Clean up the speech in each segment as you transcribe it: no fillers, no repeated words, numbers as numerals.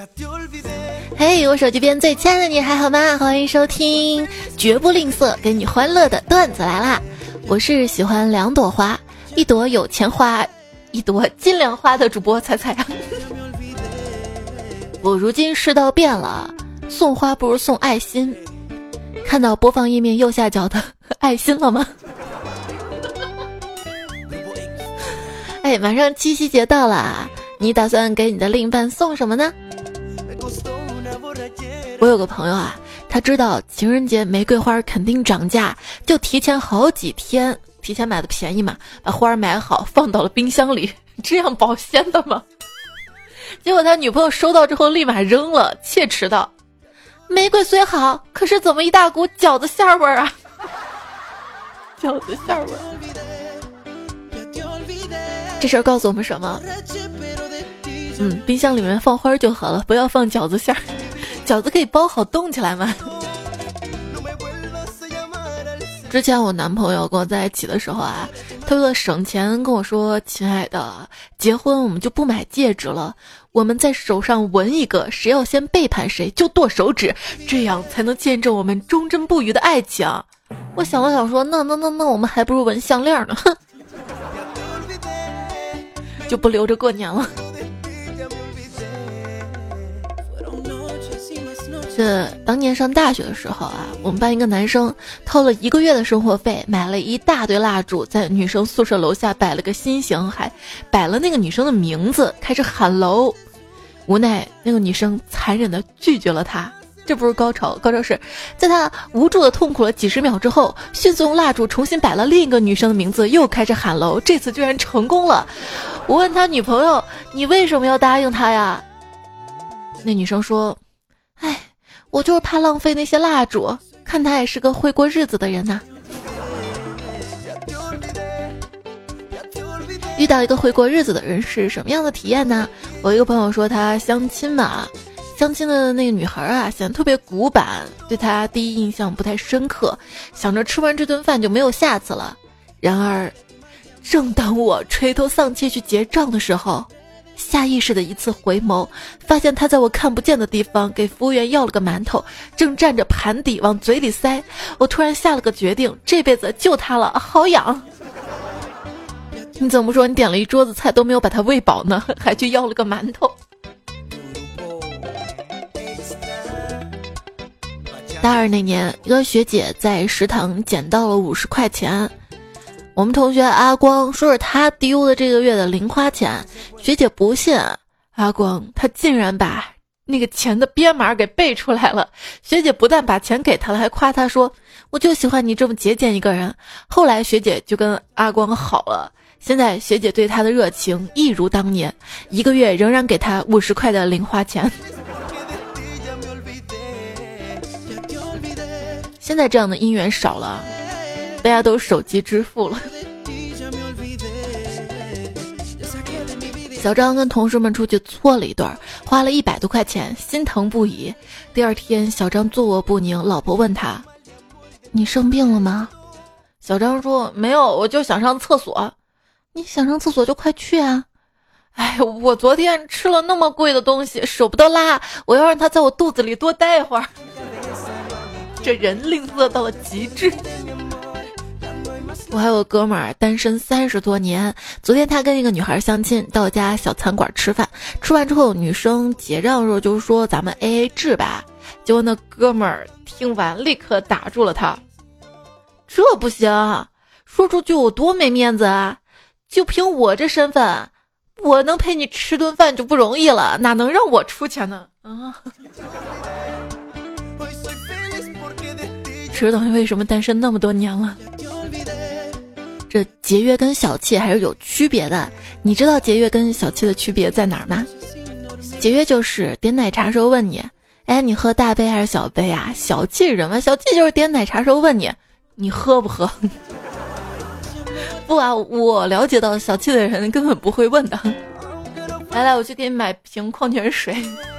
嘿，我手机边最亲爱的你还好吗？欢迎收听绝不吝啬给你欢乐的段子来啦！我是喜欢两朵花，一朵有钱花，一朵尽量花的主播彩彩啊。我如今世道变了，送花不如送爱心。看到播放页面右下角的爱心了吗？哎，马上七夕节到了，你打算给你的另一半送什么呢？我有个朋友啊，他知道情人节玫瑰花肯定涨价，就提前好几天，提前买的便宜嘛，把花买好放到了冰箱里，这样保鲜的吗？结果他女朋友收到之后立马扔了，切齿道：玫瑰虽好，可是怎么一大股饺子馅味儿啊？饺子馅味儿。这事儿告诉我们什么？冰箱里面放花就好了，不要放饺子馅儿。饺子可以包好冻起来吗？之前我男朋友跟我在一起的时候啊，他为了省钱跟我说：亲爱的，结婚我们就不买戒指了，我们在手上纹一个，谁要先背叛谁就剁手指，这样才能见证我们忠贞不渝的爱情。我想了想说，那我们还不如纹项链呢，哼，就不留着过年了。这当年上大学的时候啊，我们班一个男生掏了1个月的生活费，买了一大堆蜡烛，在女生宿舍楼下摆了个心形，还摆了那个女生的名字，开始喊楼。无奈那个女生残忍地拒绝了他。这不是高潮，高潮是在他无助的痛苦了几十秒之后，迅速用蜡烛重新摆了另一个女生的名字，又开始喊楼，这次居然成功了。我问他女朋友，你为什么要答应他呀？那女生说，哎，我就是怕浪费那些蜡烛，看他也是个会过日子的人呐。遇到一个会过日子的人是什么样的体验呢？我一个朋友说他相亲嘛，相亲的那个女孩啊显得特别古板，对他第一印象不太深刻，想着吃完这顿饭就没有下次了。然而正当我垂头丧气去结账的时候，下意识的一次回眸，发现他在我看不见的地方给服务员要了个馒头，正蘸着盘底往嘴里塞。我突然下了个决定，这辈子就他了，好痒。你怎么说你点了一桌子菜都没有把他喂饱呢，还去要了个馒头？大二那年，一个学姐在食堂捡到了50块钱，我们同学阿光说是他丢了这个月的零花钱，学姐不信，阿光他竟然把那个钱的编码给背出来了。学姐不但把钱给他了，还夸他说，我就喜欢你这么节俭一个人。后来学姐就跟阿光好了，现在学姐对他的热情一如当年，1个月仍然给他50块的零花钱。现在这样的姻缘少了，大家都手机支付了。小张跟同事们出去搓了一顿，花了100多块钱，心疼不已。第二天小张坐卧不宁，老婆问他，你生病了吗？小张说，没有，我就想上厕所。你想上厕所就快去啊。哎，我昨天吃了那么贵的东西，舍不得拉，我要让他在我肚子里多待一会儿。这人吝啬到了极致。我还有个哥们儿单身30多年，昨天他跟一个女孩相亲，到家小餐馆吃饭，吃完之后女生结账的时候就说咱们 AA 制吧，结果那哥们儿听完立刻打住了他，这不行，说出去我多没面子啊，就凭我这身份，我能陪你吃顿饭就不容易了，哪能让我出钱呢？知道为什么单身那么多年了。这节约跟小气还是有区别的，你知道节约跟小气的区别在哪儿吗？节约就是点奶茶时候问你，哎，你喝大杯还是小杯啊？小气是什么？小气就是点奶茶时候问你，你喝不喝？不啊，我了解到小气的人根本不会问的。来，我去给你买瓶矿泉水。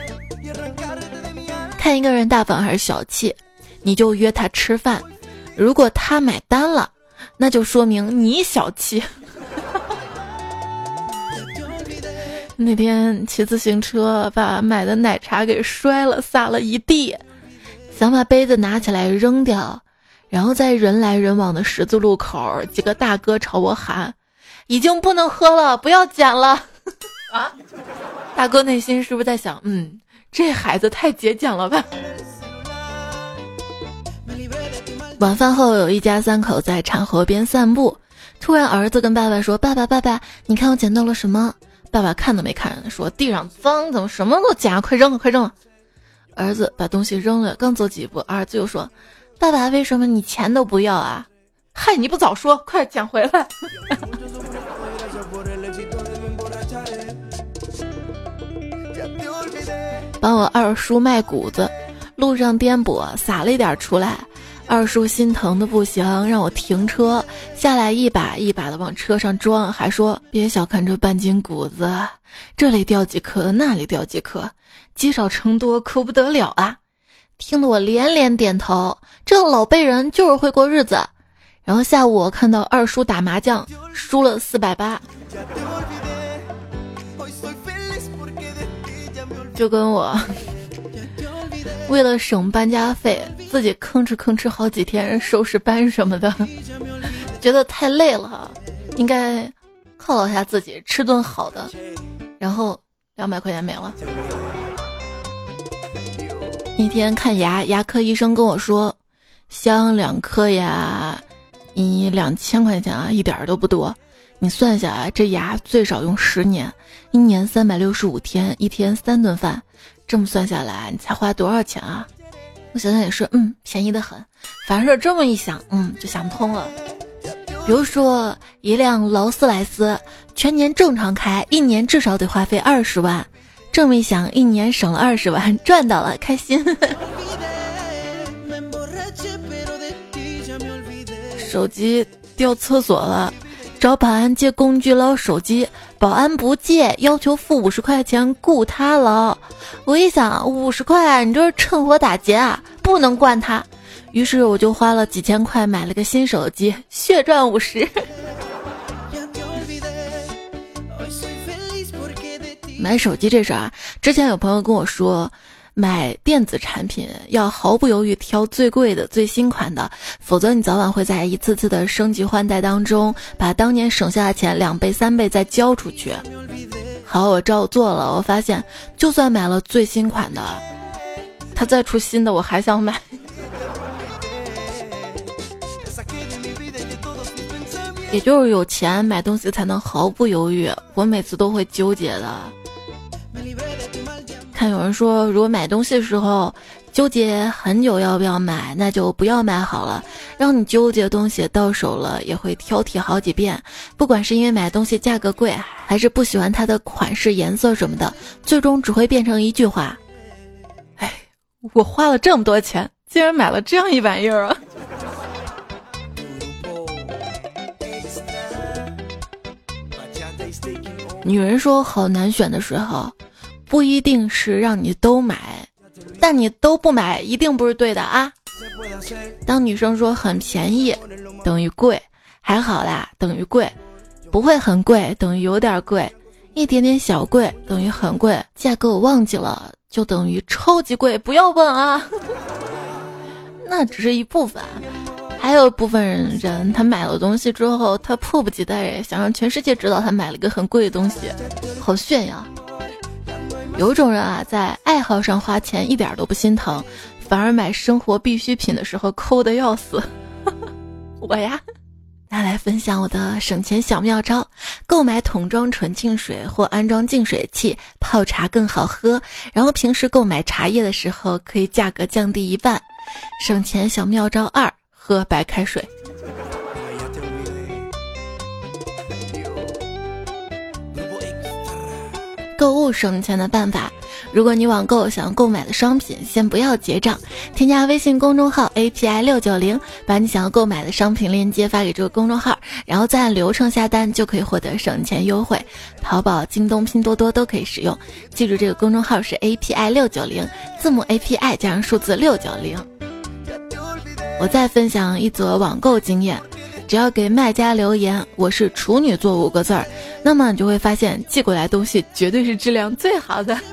看一个人大方还是小气，你就约他吃饭，如果他买单了，那就说明你小气。 那天骑自行车把买的奶茶给摔了，洒了一地，想把杯子拿起来扔掉，然后在人来人往的十字路口，几个大哥朝我喊：已经不能喝了，不要捡了。啊，大哥内心是不是在想，这孩子太节俭了吧。晚饭后有一家三口在产河边散步，突然儿子跟爸爸说：爸爸，你看我捡到了什么？爸爸看都没看，说地上脏，怎么什么都捡，快扔了。儿子把东西扔了，刚走几步，儿子又说：爸爸，为什么你钱都不要啊？嗨，你不早说，快捡回来。帮我二叔卖谷子，路上颠簸，撒了一点出来，二叔心疼的不行，让我停车下来，一把一把的往车上装，还说别小看这半斤谷子，这里掉几颗，那里掉几颗，积少成多，可不得了啊！听得我连连点头，这老辈人就是会过日子。然后下午我看到二叔打麻将输了480，就跟我为了省搬家费，自己吭哧好几天收拾班什么的，觉得太累了，应该犒劳一下自己，吃顿好的，然后200块钱没了。那天看牙科医生跟我说，镶2颗牙你2000块钱啊，一点都不多。你算下来，这牙最少用10年，1年365天，一天3顿饭，这么算下来，你才花多少钱啊？我想想也是，便宜得很。反正这么一想，就想通了。比如说，一辆劳斯莱斯全年正常开，1年至少得花费20万。这么一想，1年省了20万，赚到了，开心。手机掉厕所了，找保安借工具捞手机，保安不借，要求付50块钱雇他捞。我一想，50块，你这是趁火打劫啊，不能惯他。于是我就花了几千块买了个新手机，血赚50。买手机这事儿，之前有朋友跟我说，买电子产品要毫不犹豫挑最贵的最新款的，否则你早晚会在一次次的升级换代当中把当年省下的钱2倍3倍再交出去。好，我照做了，我发现就算买了最新款的，他再出新的我还想买。也就是有钱买东西才能毫不犹豫，我每次都会纠结的。看有人说，如果买东西的时候纠结很久要不要买，那就不要买好了。让你纠结的东西到手了也会挑剔好几遍，不管是因为买东西价格贵，还是不喜欢它的款式颜色什么的，最终只会变成一句话：哎，我花了这么多钱，竟然买了这样一玩意儿啊！女人说好难选的时候，不一定是让你都买，但你都不买一定不是对的啊。当女生说很便宜等于贵，还好啦等于贵，不会很贵等于有点贵，一点点小贵等于很贵，价格我忘记了就等于超级贵，不要问啊。那只是一部分，还有一部分人他买了东西之后，他迫不及待想让全世界知道他买了一个很贵的东西，好炫耀。有一种人啊，在爱好上花钱一点都不心疼，反而买生活必需品的时候抠得要死。我呀，那来分享我的省钱小妙招：购买桶装纯净水或安装净水器，泡茶更好喝。然后平时购买茶叶的时候，可以价格降低1半。省钱小妙招2：喝白开水。购物省钱的办法：如果你网购想购买的商品，先不要结账，添加微信公众号 API690，把你想要购买的商品链接发给这个公众号，然后再按流程下单，就可以获得省钱优惠。淘宝、京东、拼多多都可以使用，记住这个公众号是 API690，字母 API 加上数字690。我再分享一则网购经验，只要给卖家留言我是处女座5个字儿， 那么你就会发现寄过来东西绝对是质量最好的。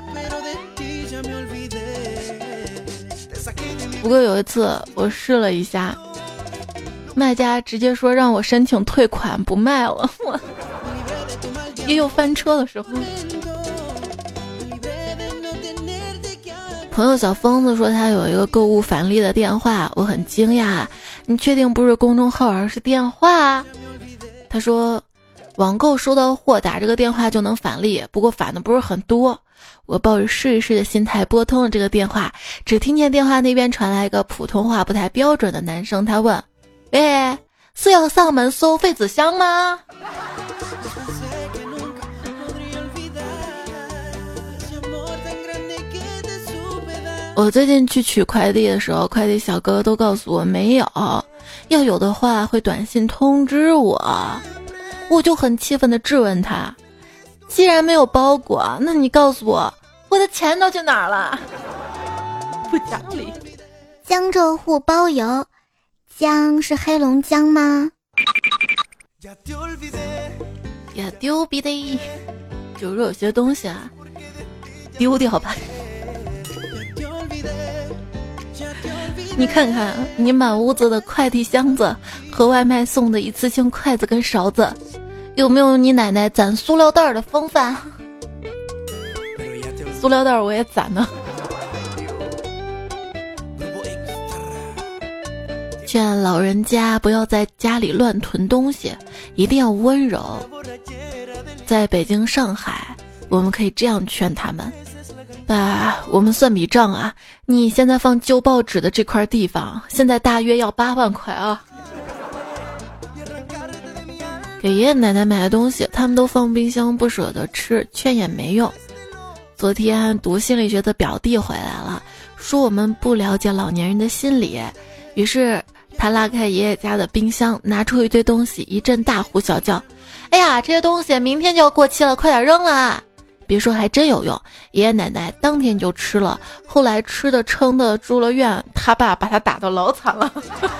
不过有一次我试了一下，卖家直接说让我申请退款不卖了，我也有翻车的时候。朋友小疯子说他有一个购物返利的电话，我很惊讶，你确定不是公众号而是电话？他说网购收到货打这个电话就能返利，不过返的不是很多。我抱着试一试的心态拨通了这个电话，只听见电话那边传来一个普通话不太标准的男生，他问：喂，是要上门收废纸箱吗？我最近去取快递的时候，快递小哥都告诉我没有，要有的话会短信通知我。我就很气愤地质问他，既然没有包裹，那你告诉我我的钱都去哪儿了？不讲理。 江浙沪包邮，江是黑龙江吗？ 呀丢逼的，就是有些东西啊，丢掉吧。你看看你满屋子的快递箱子和外卖送的一次性筷子跟勺子，有没有你奶奶攒塑料袋的风范？塑料袋我也攒呢。劝老人家不要在家里乱囤东西，一定要温柔。在北京、上海，我们可以这样劝他们：爸，我们算笔账啊，你现在放旧报纸的这块地方，现在大约要8万块啊。给爷爷奶奶买的东西，他们都放冰箱不舍得吃，劝也没用。昨天读心理学的表弟回来了，说我们不了解老年人的心理，于是他拉开爷爷家的冰箱，拿出一堆东西，一阵大呼小叫：哎呀，这些东西明天就要过期了，快点扔了！别说还真有用，爷爷奶奶当天就吃了，后来吃的撑的住了院，他爸把他打到老惨了。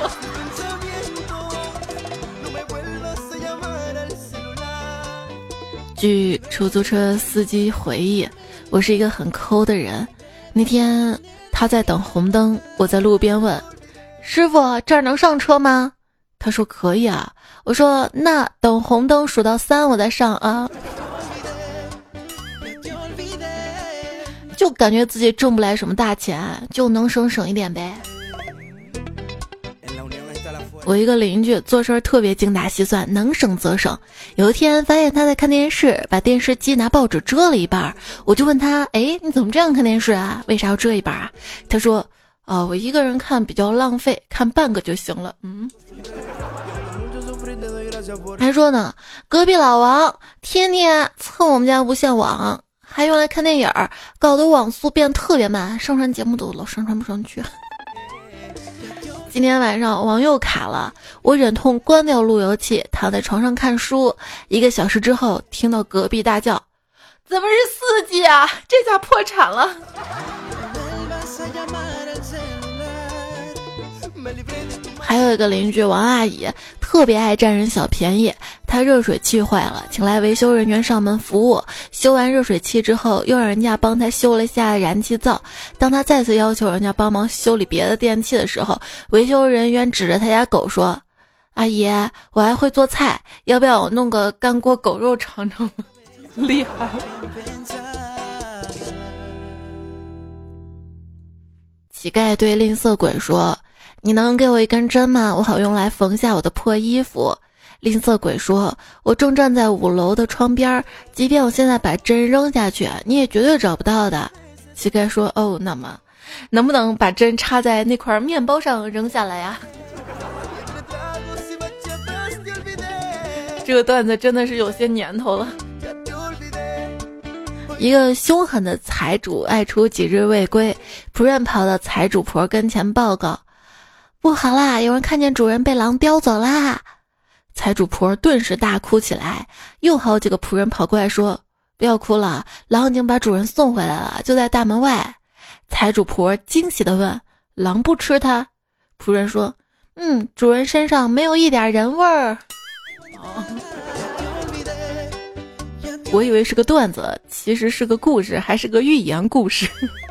据出租车司机回忆，我是一个很抠的人。那天他在等红灯，我在路边问师傅，这儿能上车吗？他说可以啊。我说那等红灯数到3我再上啊。就感觉自己挣不来什么大钱，就能省一点呗。我一个邻居做事特别精打细算，能省则省。有一天发现他在看电视，把电视机拿报纸遮了一半，我就问他，你怎么这样看电视啊？为啥要遮一半啊？他说我一个人看比较浪费，看半个就行了。还说呢，隔壁老王天天蹭我们家无线网，还用来看电影，搞得网速变特别慢，上传节目都老上传不上去。今天晚上网又卡了，我忍痛关掉路由器，躺在床上看书。1个小时之后，听到隔壁大叫：怎么是4G 啊？这下破产了。还有一个邻居王阿姨特别爱占人小便宜，她热水器坏了，请来维修人员上门服务，修完热水器之后又让人家帮她修了下燃气灶。当她再次要求人家帮忙修理别的电器的时候，维修人员指着他家狗说：阿姨，我还会做菜，要不要我弄个干锅狗肉尝尝？厉害。乞丐对吝啬鬼说：你能给我一根针吗？我好用来缝下我的破衣服。吝啬鬼说：我正站在5楼的窗边，即便我现在把针扔下去，你也绝对找不到的。乞丐说：哦，那么能不能把针插在那块面包上扔下来呀？这个段子真的是有些年头了。一个凶狠的财主外出几日未归，仆人跑到财主婆跟前报告：不好啦，有人看见主人被狼叼走啦！财主婆顿时大哭起来，又好几个仆人跑过来说：不要哭了，狼已经把主人送回来了，就在大门外。财主婆惊喜地问：狼不吃它？仆人说：主人身上没有一点人味儿。 我以为是个段子，其实是个故事，还是个寓言故事。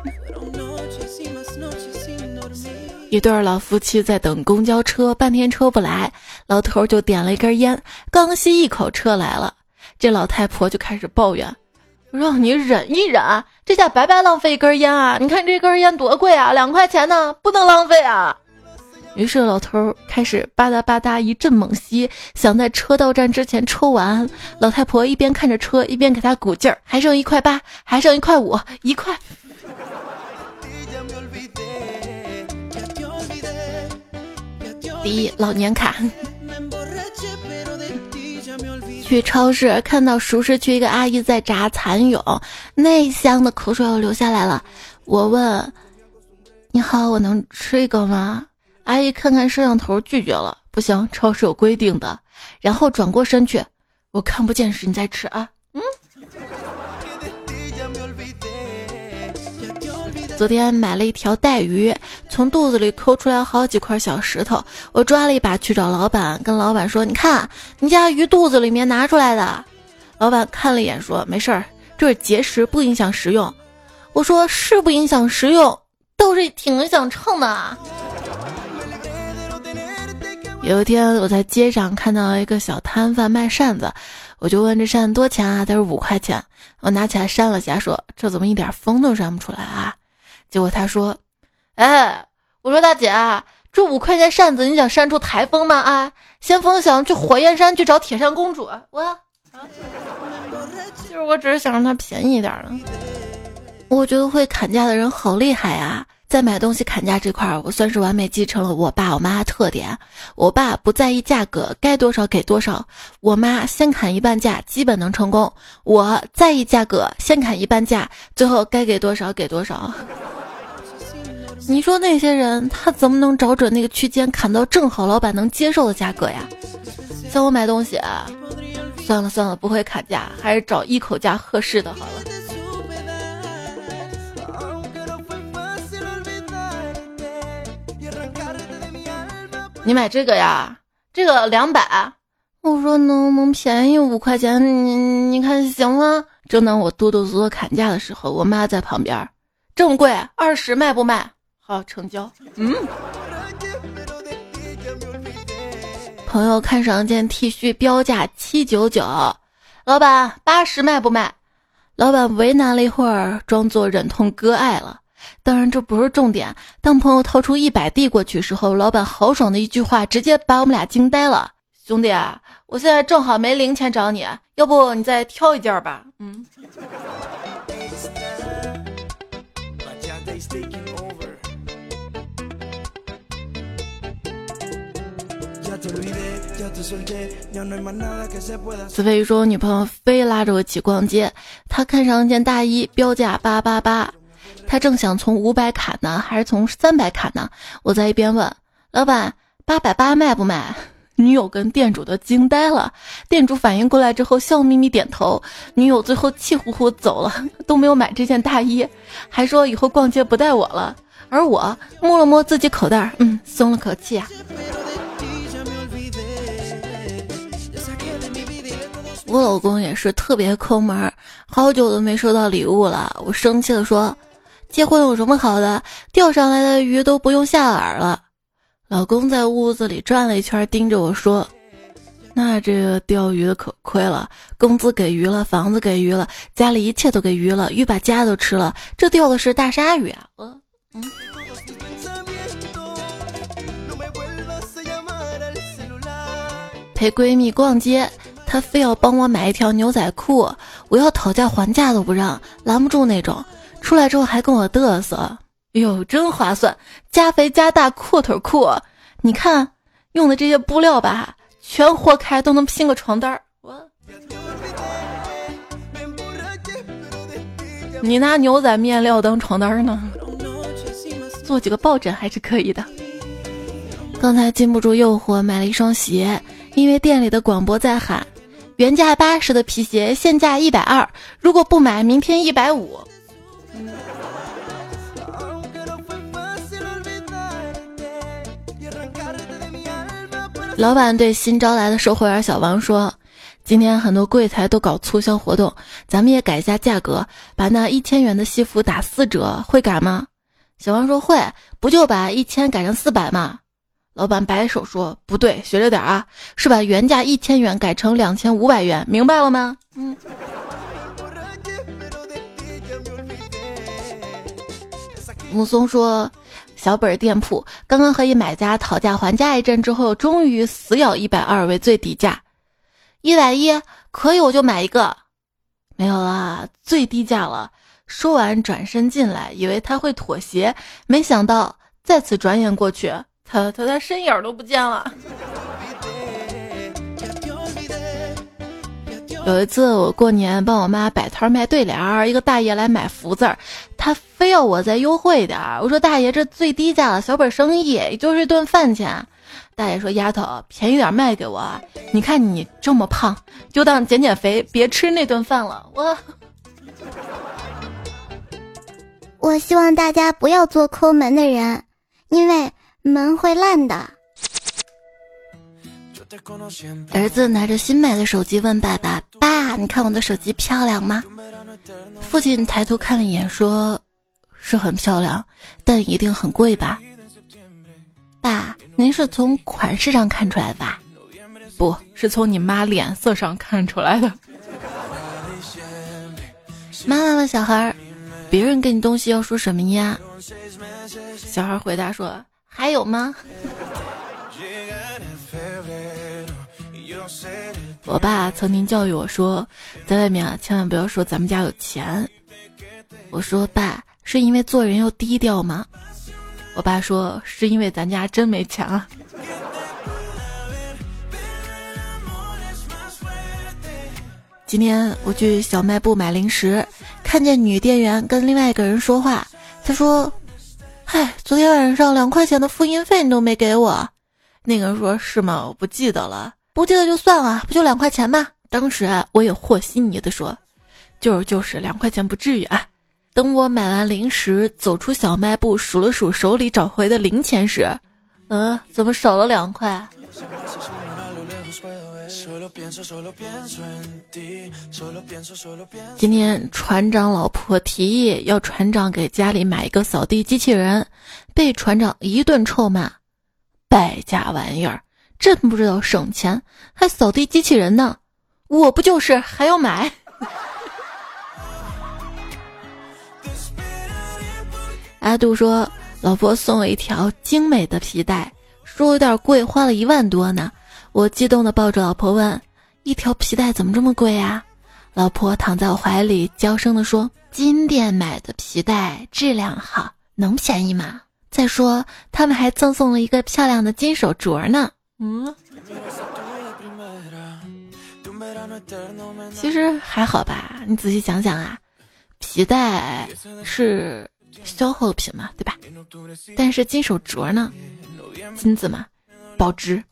一对老夫妻在等公交车，半天车不来，老头就点了一根烟，刚吸一口车来了，这老太婆就开始抱怨，我让你忍一忍，这下白白浪费一根烟啊，你看这根烟多贵啊，2块钱呢，不能浪费啊。于是老头开始吧嗒吧嗒一阵猛吸，想在车到站之前抽完。老太婆一边看着车一边给他鼓劲儿，还剩1.8块，还剩1.5块，1块。第一，老年卡。去超市看到熟食区一个阿姨在炸蚕蛹，那香的口水要流下来了。我问：“你好，我能吃一个吗？”阿姨看看摄像头拒绝了，不行，超市有规定的。然后转过身去，我看不见时你在吃啊。昨天买了一条带鱼，从肚子里抠出来好几块小石头，我抓了一把去找老板，跟老板说：“你看，你家鱼肚子里面拿出来的。”老板看了一眼说：“没事儿，这是结石，不影响食用。”我说：“是不影响食用，倒是挺影响秤的啊。”有一天我在街上看到一个小摊贩卖扇子，我就问这扇子多钱啊？他说5块钱。我拿起来扇了下，说：“这怎么一点风都扇不出来啊？”结果他说：“哎，我说大姐，这5块钱扇子你想扇出台风吗？啊，先锋想去火焰山去找铁扇公主。就是我只是想让它便宜一点了。我觉得会砍价的人好厉害啊！在买东西砍价这块，我算是完美继承了我爸我妈的特点。我爸不在意价格，该多少给多少；我妈先砍一半价，基本能成功。我在意价格，先砍一半价，最后该给多少给多少。你说那些人他怎么能找准那个区间砍到正好老板能接受的价格呀？像我买东西啊，算了，不会砍价，还是找一口价合适的好了。你买这个呀？这个200。我说能便宜5块钱，你看行吗？正当我哆哆嗦嗦砍价的时候，我妈在旁边，这么贵，20卖不卖？好，成交。朋友看上件 T 恤标价799，老板80卖不卖？老板为难了一会儿，装作忍痛割爱了。当然这不是重点，当朋友掏出100递过去时候，老板豪爽的一句话直接把我们俩惊呆了。兄弟啊，我现在正好没零钱找你，要不你再挑一件吧。子飞说女朋友非拉着我一起逛街，他看上一件大衣标价888，他正想从500砍呢还是从300砍呢，我在一边问老板880卖不卖？女友跟店主都惊呆了，店主反应过来之后笑眯眯点头，女友最后气呼呼走了，都没有买这件大衣，还说以后逛街不带我了。而我摸了摸自己口袋，松了口气啊。我老公也是特别抠门，好久都没收到礼物了。我生气地说，结婚有什么好的，钓上来的鱼都不用下饵了。老公在屋子里转了一圈，盯着我说，那这个钓鱼的可亏了，工资给鱼了，房子给鱼了，家里一切都给鱼了，鱼把家都吃了，这钓的是大鲨鱼啊。陪闺蜜逛街，她非要帮我买一条牛仔裤，我要讨价还价都不让，拦不住那种。出来之后还跟我嘚瑟，哟，真划算，加肥加大阔腿裤，你看用的这些布料吧，全活开都能拼个床单儿。你拿牛仔面料当床单呢，做几个抱枕还是可以的。刚才禁不住诱惑买了一双鞋，因为店里的广播在喊原价80的皮鞋现价120，如果不买明天150。老板对新招来的售货员小王说， 今天很多柜台都搞促销活动，咱们也改一下价格，把那1000元的西服打4折，会改吗？小王说会，不就把1000改成400吗？老板摆手说不对，学着点啊，是把原价1000元改成2500元，明白了吗？木松说，小本店铺刚刚和一买家讨价还价一阵之后，终于死咬120为最低价，110可以我就买一个，没有啦，最低价了。说完转身进来，以为他会妥协，没想到再次转眼过去，他身影都不见了。有一次我过年帮我妈摆摊卖对联，一个大爷来买福字，他非要我再优惠点，我说大爷这最低价了，小本生意也就是顿饭钱。大爷说丫头便宜点卖给我，你看你这么胖，就当减肥，别吃那顿饭了。 我希望大家不要做抠门的人，因为门会烂的。 儿子拿着新买的手机问爸爸，爸你看我的手机漂亮吗？父亲抬头看了一眼说，是很漂亮，但一定很贵吧？爸，您是从款式上看出来的吧？不是从你妈脸色上看出来的。妈妈问小孩，别人给你东西要说什么呀？小孩回答说，还有吗？我爸曾经教育我说，在外面千万不要说咱们家有钱。我说爸，是因为做人要低调吗？我爸说是因为咱家真没钱啊。今天我去小卖部买零食，看见女店员跟另外一个人说话，他说，嗨，昨天晚上2块钱的复印费你都没给我。那个人说，是吗？我不记得了。不记得就算了，不就2块钱吗？当时我也和稀泥的说，就是2块钱不至于啊。等我买完零食走出小卖部，数了数手里找回的零钱时，怎么少了2块？今天船长老婆提议要船长给家里买一个扫地机器人，被船长一顿臭骂，败家玩意儿，真不知道省钱，还扫地机器人呢，我不就是还要买。阿杜说，老婆送我一条精美的皮带，说有点贵，花了1万多呢。我激动地抱着老婆问，一条皮带怎么这么贵啊？老婆躺在我怀里娇声地说，金店买的皮带质量好，能便宜吗？再说他们还赠送了一个漂亮的金手镯呢。其实还好吧，你仔细想想啊，皮带是消耗品嘛，对吧？但是金手镯呢，金子嘛，保值。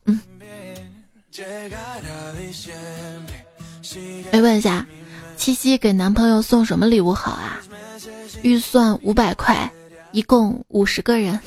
问一下，七夕给男朋友送什么礼物好啊？预算500块，一共50个人。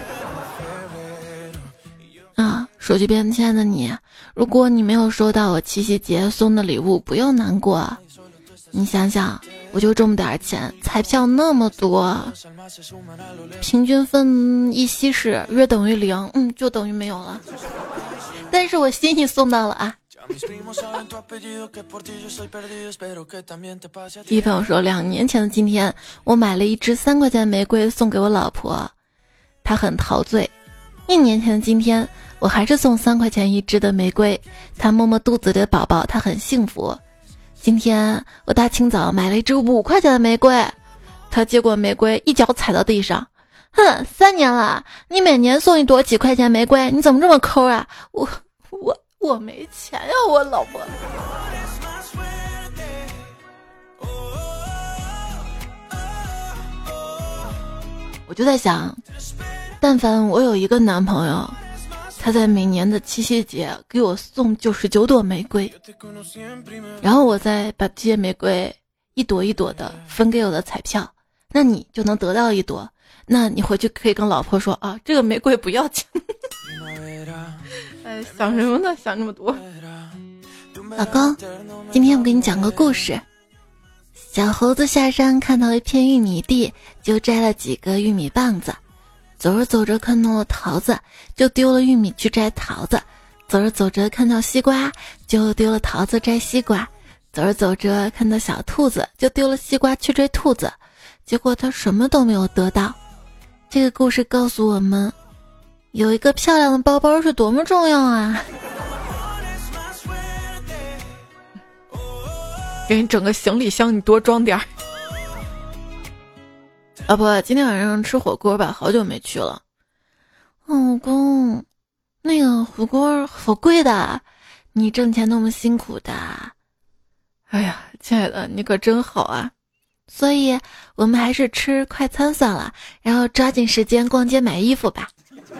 手机边亲爱的你，如果你没有收到我七夕节送的礼物，不用难过。你想想，我就这么点钱，彩票那么多，平均分一稀释约等于0，就等于没有了。但是我心意送到了啊。一朋友说，2年前的今天，我买了一支3块钱的玫瑰送给我老婆，她很陶醉。1年前的今天，我还是送3块钱一支的玫瑰，她摸摸肚子里的宝宝，她很幸福。今天我大清早买了一支5块钱的玫瑰，她接过玫瑰一脚踩到地上，哼，3年了，你每年送一朵几块钱玫瑰，你怎么这么抠啊？我没钱呀，我老婆。我就在想，但凡我有一个男朋友，他在每年的七夕节给我送99朵玫瑰，然后我再把这些玫瑰一朵一朵的分给我的彩票，那你就能得到一朵，那你回去可以跟老婆说啊，这个玫瑰不要钱。想什么呢？想这么多。 老公，今天我给你讲个故事。小猴子下山看到一片玉米地，就摘了几个玉米棒子。走着走着看到了桃子，就丢了玉米去摘桃子。走着走着看到西瓜，就丢了桃子摘西瓜。走着走着看到小兔子，就丢了西瓜去追兔子。结果他什么都没有得到。这个故事告诉我们，有一个漂亮的包包是多么重要啊！给你整个行李箱，你多装点儿。老婆，今天晚上吃火锅吧，好久没去了。老公，那个火锅好贵的，你挣钱那么辛苦的。哎呀，亲爱的，你可真好啊。所以我们还是吃快餐算了，然后抓紧时间逛街买衣服吧。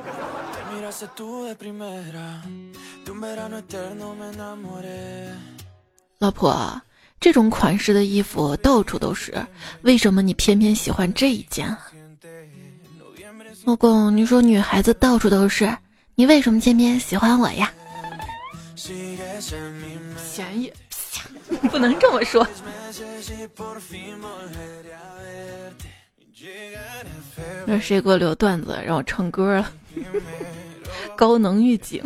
老婆，这种款式的衣服到处都是，为什么你偏偏喜欢这一件啊？老公，你说女孩子到处都是，你为什么偏偏喜欢我呀？便宜，不能这么说。那谁给我留段子让我唱歌了？高能预警。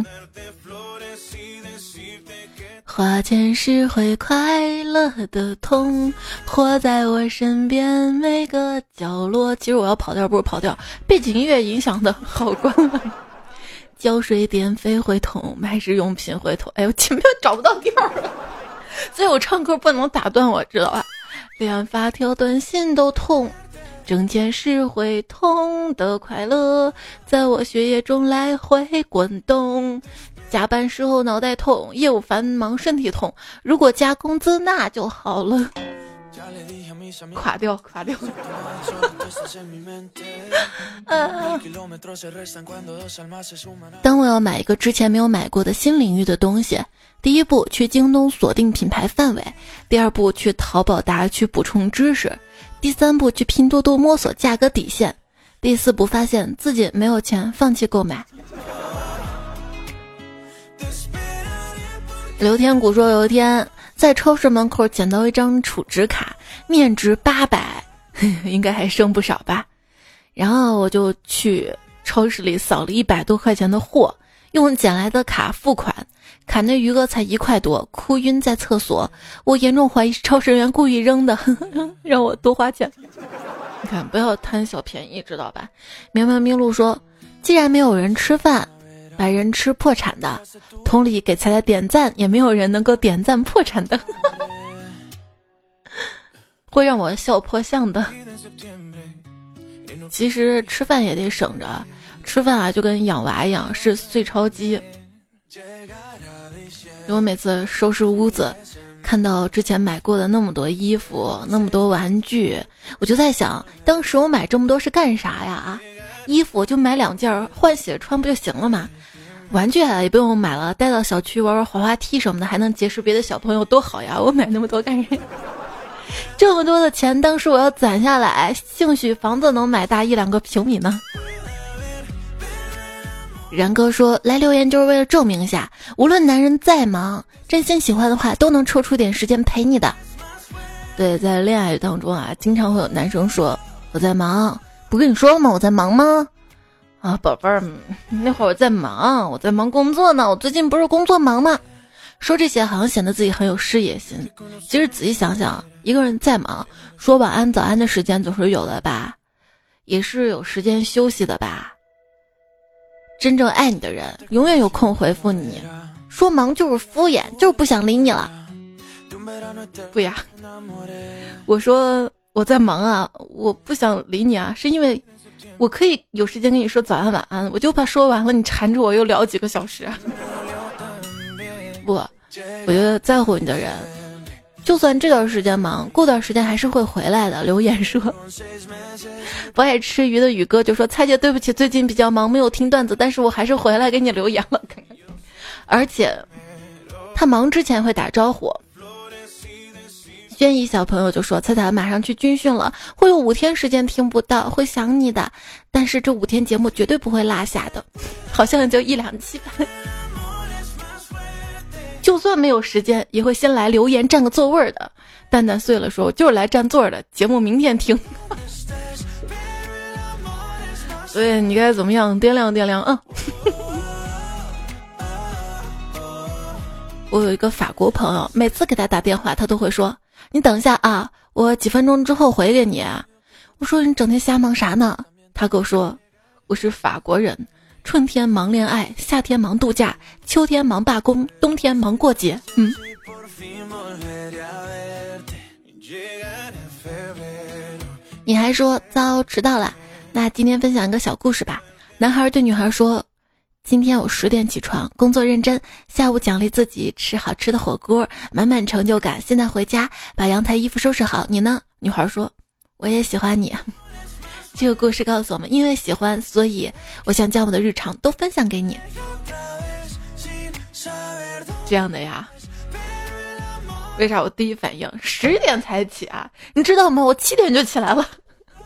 花钱是会快乐的痛，活在我身边每个角落。其实我要跑调不是跑调，背景音乐影响的好关了。胶水电费会痛，买日用品会痛。哎呦，前面找不到调了，所以我唱歌不能打断我，知道吧？连发条短信都痛，挣钱是会痛的快乐，在我血液中来回滚动。加班时候脑袋痛，业务繁忙身体痛，如果加工资那就好了。垮掉。当我要买一个之前没有买过的新领域的东西，第一步去京东锁定品牌范围，第二步去淘宝达去补充知识，第三步去拼多多摸索价格底线，第四步发现自己没有钱放弃购买。刘天谷说，有一天在超市门口捡到一张储值卡，面值800，应该还剩不少吧。然后我就去超市里扫了100多块钱的货，用捡来的卡付款，卡内余额才1块多，哭晕在厕所。我严重怀疑是超市人员故意扔的，让我多花钱。你看，不要贪小便宜，知道吧？苗苗咪路说，既然没有人吃饭，把人吃破产的，同理给彩彩点赞，也没有人能够点赞破产的。会让我笑破相的。其实吃饭也得省着，吃饭啊就跟养娃一样，是碎钞机。我每次收拾屋子，看到之前买过的那么多衣服，那么多玩具，我就在想，当时我买这么多是干啥呀？衣服就买2件换洗了穿不就行了吗？玩具也不用买了，带到小区玩玩滑滑梯什么的，还能结识别的小朋友，多好呀！我买那么多干什么？这么多的钱当时我要攒下来，兴许房子能买大1-2个平米呢。然哥说，来留言就是为了证明一下，无论男人再忙，真心喜欢的话都能抽出点时间陪你的。对，在恋爱当中啊，经常会有男生说，我在忙，不跟你说了吗？我在忙吗？啊，宝贝儿，那会儿我在忙工作呢，我最近不是工作忙吗？说这些好像显得自己很有事业心，其实仔细想想，一个人再忙，说晚安早安的时间总是有的吧，也是有时间休息的吧。真正爱你的人永远有空回复你，说忙就是敷衍，就是不想理你了。不呀，我说我在忙啊，我不想理你啊，是因为我可以有时间跟你说早安晚安，我就怕说完了你缠着我又聊几个小时。不，我觉得在乎你的人，就算这段时间忙，过段时间还是会回来的。留言说，不爱吃鱼的宇哥就说，蔡姐对不起，最近比较忙没有听段子，但是我还是回来给你留言了。而且他忙之前会打招呼。轩逸小朋友就说，蔡彩马上去军训了，会有5天时间听不到，会想你的，但是这5天节目绝对不会落下的，好像就1-2期吧。 就算没有时间，也会先来留言占个座位的。蛋蛋碎了说，我就是来占座的，节目明天听。所以你该怎么样掂量掂量啊？我有一个法国朋友，每次给他打电话，他都会说：“你等一下啊，我几分钟之后回给你。”我说：“你整天瞎忙啥呢？”他跟我说：“我是法国人，春天忙恋爱，夏天忙度假，秋天忙罢工，冬天忙过节。”你还说糟迟到了，那今天分享一个小故事吧。男孩对女孩说：“今天我10点起床，工作认真，下午奖励自己吃好吃的火锅，满满成就感。现在回家把阳台衣服收拾好，你呢？”女孩说：“我也喜欢你。”这个故事告诉我们，因为喜欢，所以我想将我的日常都分享给你。这样的呀。为啥我第一反应10点才起啊？你知道吗？我7点就起来了。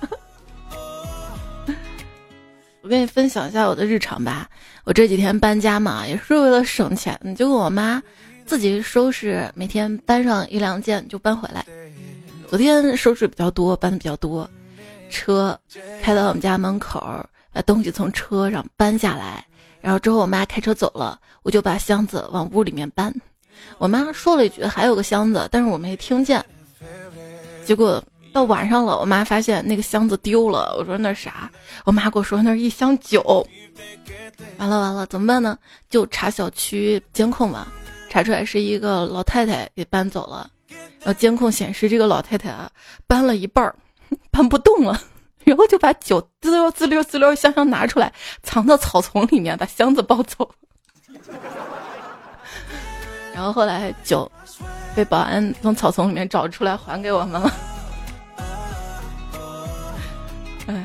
我跟你分享一下我的日常吧。我这几天搬家嘛，也是为了省钱，就跟我妈自己收拾，每天搬上1-2件就搬回来。昨天收拾比较多，搬的比较多，车开到我们家门口，把东西从车上搬下来，然后之后我妈开车走了，我就把箱子往屋里面搬。我妈说了一句还有个箱子，但是我没听见。结果到晚上了，我妈发现那个箱子丢了。我说那啥，我妈跟我说那是1箱酒。完了怎么办呢？就查小区监控嘛，查出来是一个老太太给搬走了。然后监控显示这个老太太啊搬了一半搬不动了，然后就把酒滋溜箱拿出来，藏到草丛里面，把箱子抱走。然后后来酒被保安从草丛里面找出来还给我们了。哎，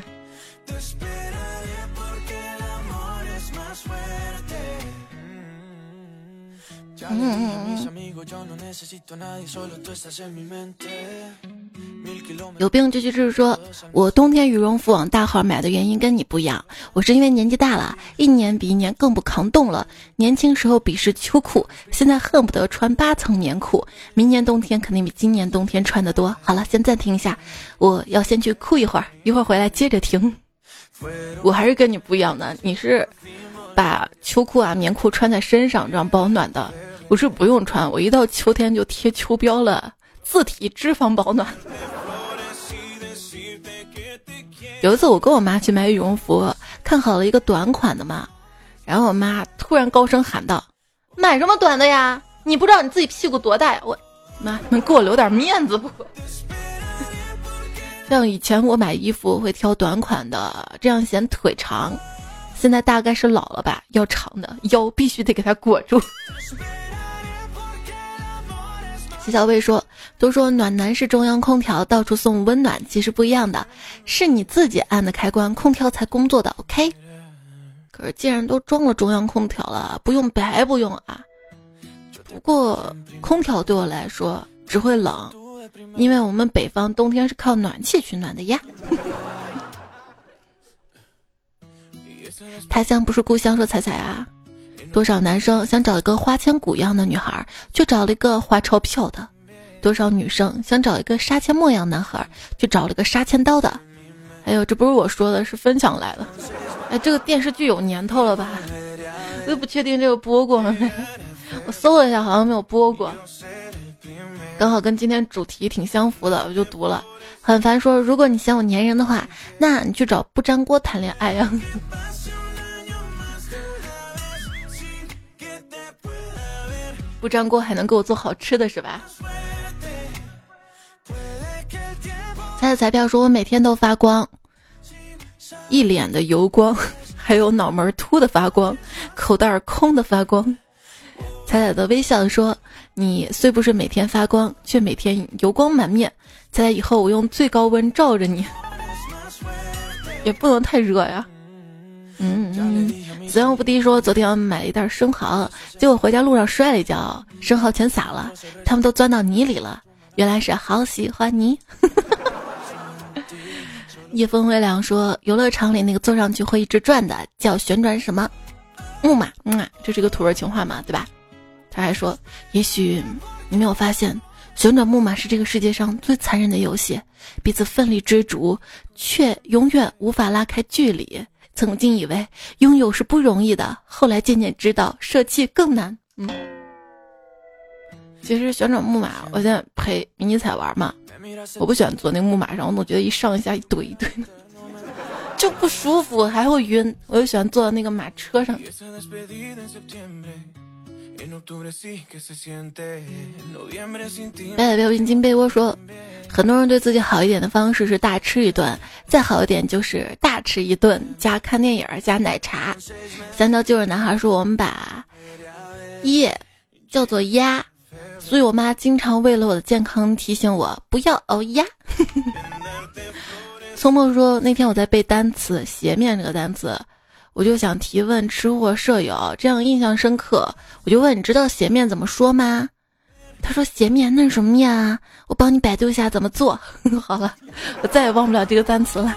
有病就去治。说我冬天羽绒服往大号买的原因跟你不一样，我是因为年纪大了，一年比一年更不抗冻了。年轻时候鄙视秋裤，现在恨不得穿8层棉裤，明年冬天肯定比今年冬天穿得多。好了，先暂停一下，我要先去哭一会儿，一会儿回来接着听。我还是跟你不一样的，你是把秋裤啊棉裤穿在身上这样保暖的，我是不用穿，我一到秋天就贴秋标了，自体脂肪保暖。有一次我跟我妈去买羽绒服，看好了一个短款的嘛，然后我妈突然高声喊道：“买什么短的呀？你不知道你自己屁股多大呀？”我妈能给我留点面子不？像以前我买衣服会挑短款的，这样显腿长。现在大概是老了吧，要长的腰必须得给它裹住。齐小贝说，都说暖男是中央空调，到处送温暖，其实不一样的，是你自己按的开关，空调才工作的 OK。 可是既然都装了中央空调了，不用白不用啊。不过空调对我来说只会冷，因为我们北方冬天是靠暖气取暖的呀。他乡不是故乡，说彩彩啊，多少男生想找一个花千骨一样的女孩，却找了一个花钞票的；多少女生想找一个杀阡陌一样男孩，却找了个杀千刀的。还有，这不是我说的，是分享来的。哎，这个电视剧有年头了吧？我都不确定这个播过没，我搜了一下，好像没有播过。刚好跟今天主题挺相符的，我就读了。很烦说，如果你嫌我粘人的话，那你去找不粘锅谈恋爱呀。不粘锅还能给我做好吃的是吧？彩票说，我每天都发光，一脸的油光，还有脑门凸的发光，口袋空的发光。彩彩的微笑说，你虽不是每天发光，却每天油光满面。彩彩，以后我用最高温照着你，也不能太热呀。子阳不低说，昨天我买了一袋生蚝，结果回家路上摔了一跤，生蚝全洒了，他们都钻到泥里了，原来是好喜欢你。夜风微凉说，游乐场里那个坐上去会一直转的叫旋转什么木马，这是一个土味情话嘛，对吧？ 他还说，也许你没有发现，旋转木马是这个世界上最残忍的游戏，彼此奋力追逐，却永远无法拉开距离。曾经以为拥有是不容易的，后来渐渐知道舍弃更难。其实旋转木马，我现在陪迷你彩玩嘛，我不喜欢坐那个木马上，我总觉得一上一下一堆一堆的就不舒服，还会晕。我就喜欢坐到那个马车上。白表情金被窝说，很多人对自己好一点的方式是大吃一顿，再好一点就是大吃一顿加看电影加奶茶。三条旧日男孩说，我们把夜叫做鸭，所以我妈经常为了我的健康提醒我不要熬鸭。聪梦说，那天我在背单词鞋面这个单词，我就想提问吃货舍友，这样印象深刻。我就问，你知道鞋面怎么说吗？他说鞋面那是什么面啊？我帮你百度一下怎么做。好了，我再也忘不了这个单词了。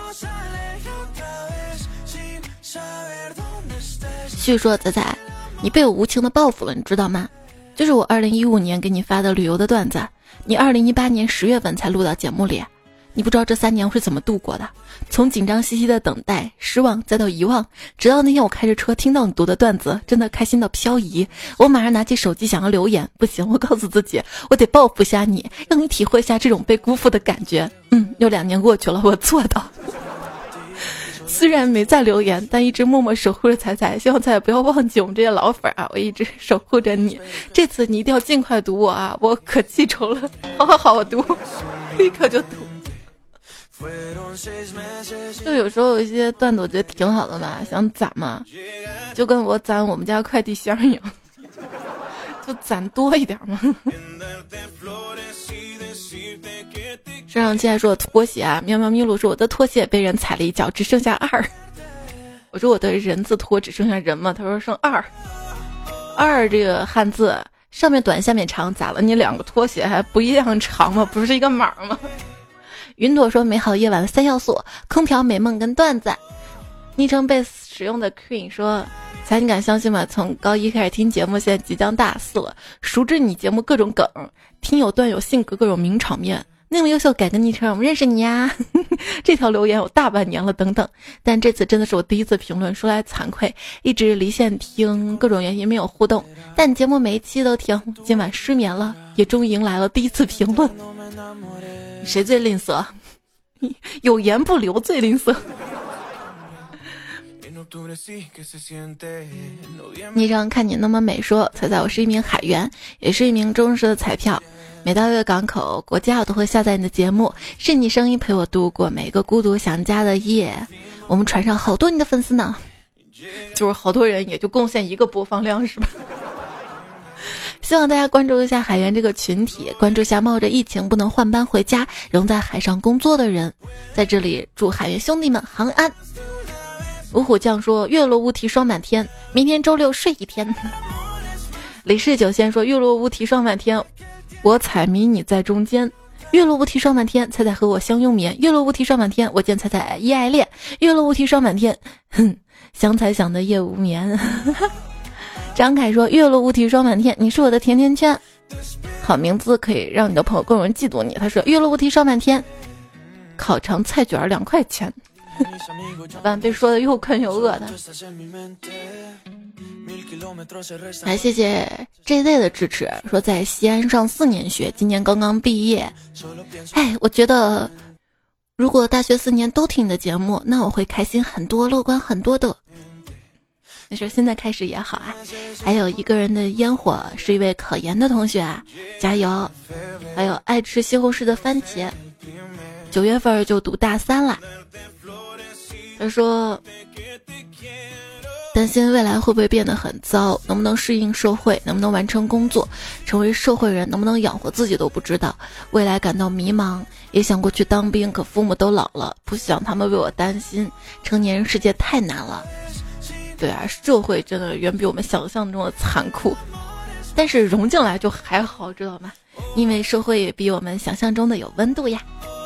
旭说，仔仔，你被我无情的报复了，你知道吗？就是我2015年给你发的旅游的段子，你2018年10月份才录到节目里。你不知道这3年我是怎么度过的，从紧张兮兮的等待，失望，再到遗忘，直到那天我开着车听到你读的段子，真的开心到漂移。我马上拿起手机想要留言，不行，我告诉自己，我得报复下你，让你体会一下这种被辜负的感觉。又2年过去了，我做到。虽然没再留言，但一直默默守护着彩彩，希望彩彩不要忘记我们这些老粉啊！我一直守护着你，这次你一定要尽快读我啊！我可记仇了，好，我读，立刻就读。就有时候有一些段子我觉得挺好的嘛，想攒嘛，就跟我攒我们家快递箱一样，就攒多一点嘛。身上期还说我拖鞋啊，喵喵咪露说我的拖鞋被人踩了一脚，只剩下2。我说我的人字拖只剩下人嘛，他说剩2。2这个汉字上面短下面长，咋了？你2个拖鞋还不一样长吗？不是一个码吗？云朵说，美好夜晚的3要素，空调、美梦跟段子。昵称被使用的 Queen 说，才你敢相信吗？从高1开始听节目，现在即将大4了，熟知你节目各种梗，听有段有性格，各种名场面，那么优秀，改个昵称，我们认识你呀。这条留言有大半年了，等等。但这次真的是我第一次评论，说来惭愧，一直离线听，各种原因没有互动，但节目每一期都听，今晚失眠了，也终于迎来了第一次评论。谁最吝啬？有言不留最吝啬。昵称看你那么美说，彩彩，我是一名海员，也是一名忠实的彩票，每到一个港口国家我都会下载你的节目，是你声音陪我度过每个孤独想家的夜。我们船上好多你的粉丝呢，就是好多人也就贡献1个播放量是吧？希望大家关注一下海员这个群体，关注一下冒着疫情不能换班回家仍在海上工作的人，在这里祝海员兄弟们航安。五虎将说，月落乌啼霜满天，明天周6睡一天。李氏酒仙说，月落乌啼霜满天，我彩迷你在中间。月落乌啼霜满天，彩彩和我相拥眠。月落乌啼霜满天，我见彩彩依爱恋。月落乌啼霜满天，想彩想的夜无眠。张凯说，月落乌啼霜满天，你是我的甜甜圈。好名字可以让你的朋友更有人嫉妒你。他说，月落乌啼霜满天，烤肠菜卷2块钱。完被说的又困又饿的。来，谢谢 JZ 的支持，说在西安上4年学，今年刚刚毕业。我觉得如果大学4年都听你的节目，那我会开心很多，乐观很多的。没事，现在开始也好啊。还有一个人的烟火是一位考研的同学啊，加油。还有爱吃西红柿的番茄，9月份就读大3了。他说担心未来会不会变得很糟，能不能适应社会，能不能完成工作，成为社会人，能不能养活自己都不知道，未来感到迷茫，也想过去当兵，可父母都老了，不想他们为我担心，成年人世界太难了。对啊，社会真的远比我们想象中的残酷，但是融进来就还好，知道吗？因为社会也比我们想象中的有温度呀。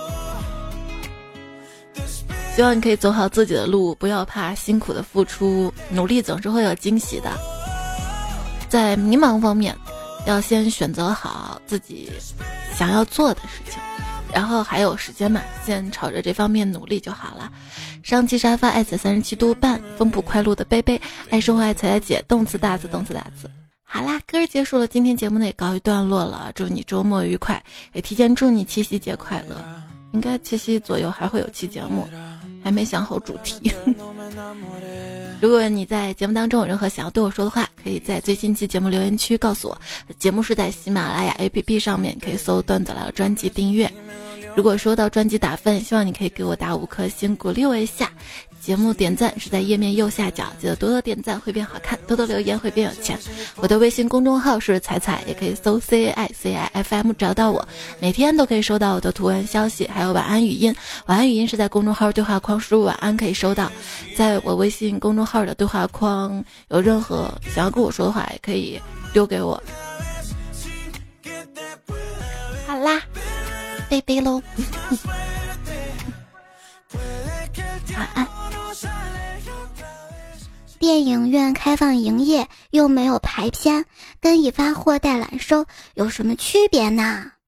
希望你可以走好自己的路，不要怕辛苦的付出，努力总是会有惊喜的。在迷茫方面， 要先选择好自己想要做的事情，然后还有时间嘛，先朝着这方面努力就好了。上期沙发爱踩37度半，风谱快乐的贝贝，爱生活爱踩踩姐，动词大字动词大字。好啦，歌儿结束了，今天节目呢也告一段落了，祝你周末愉快，也提前祝你七夕节快乐。应该7夕左右还会有期节目，还没想好主题。如果你在节目当中有任何想要对我说的话，可以在最新期节目留言区告诉我。节目是在喜马拉雅 APP 上面，可以搜段子来了专辑订阅。如果收到专辑打分，希望你可以给我打5颗星鼓励我一下。节目点赞是在页面右下角，记得多多点赞会变好看，多多留言会变有钱。我的微信公众号是彩彩，也可以搜 CAICIFM 找到我，每天都可以收到我的图文消息，还有晚安语音。晚安语音是在公众号对话框输入晚安可以收到。在我微信公众号的对话框有任何想要跟我说的话，也可以丢给我。好啦，拜拜喽。晚安。 电影院开放营业又没有排片，跟已发货代揽收有什么区别呢？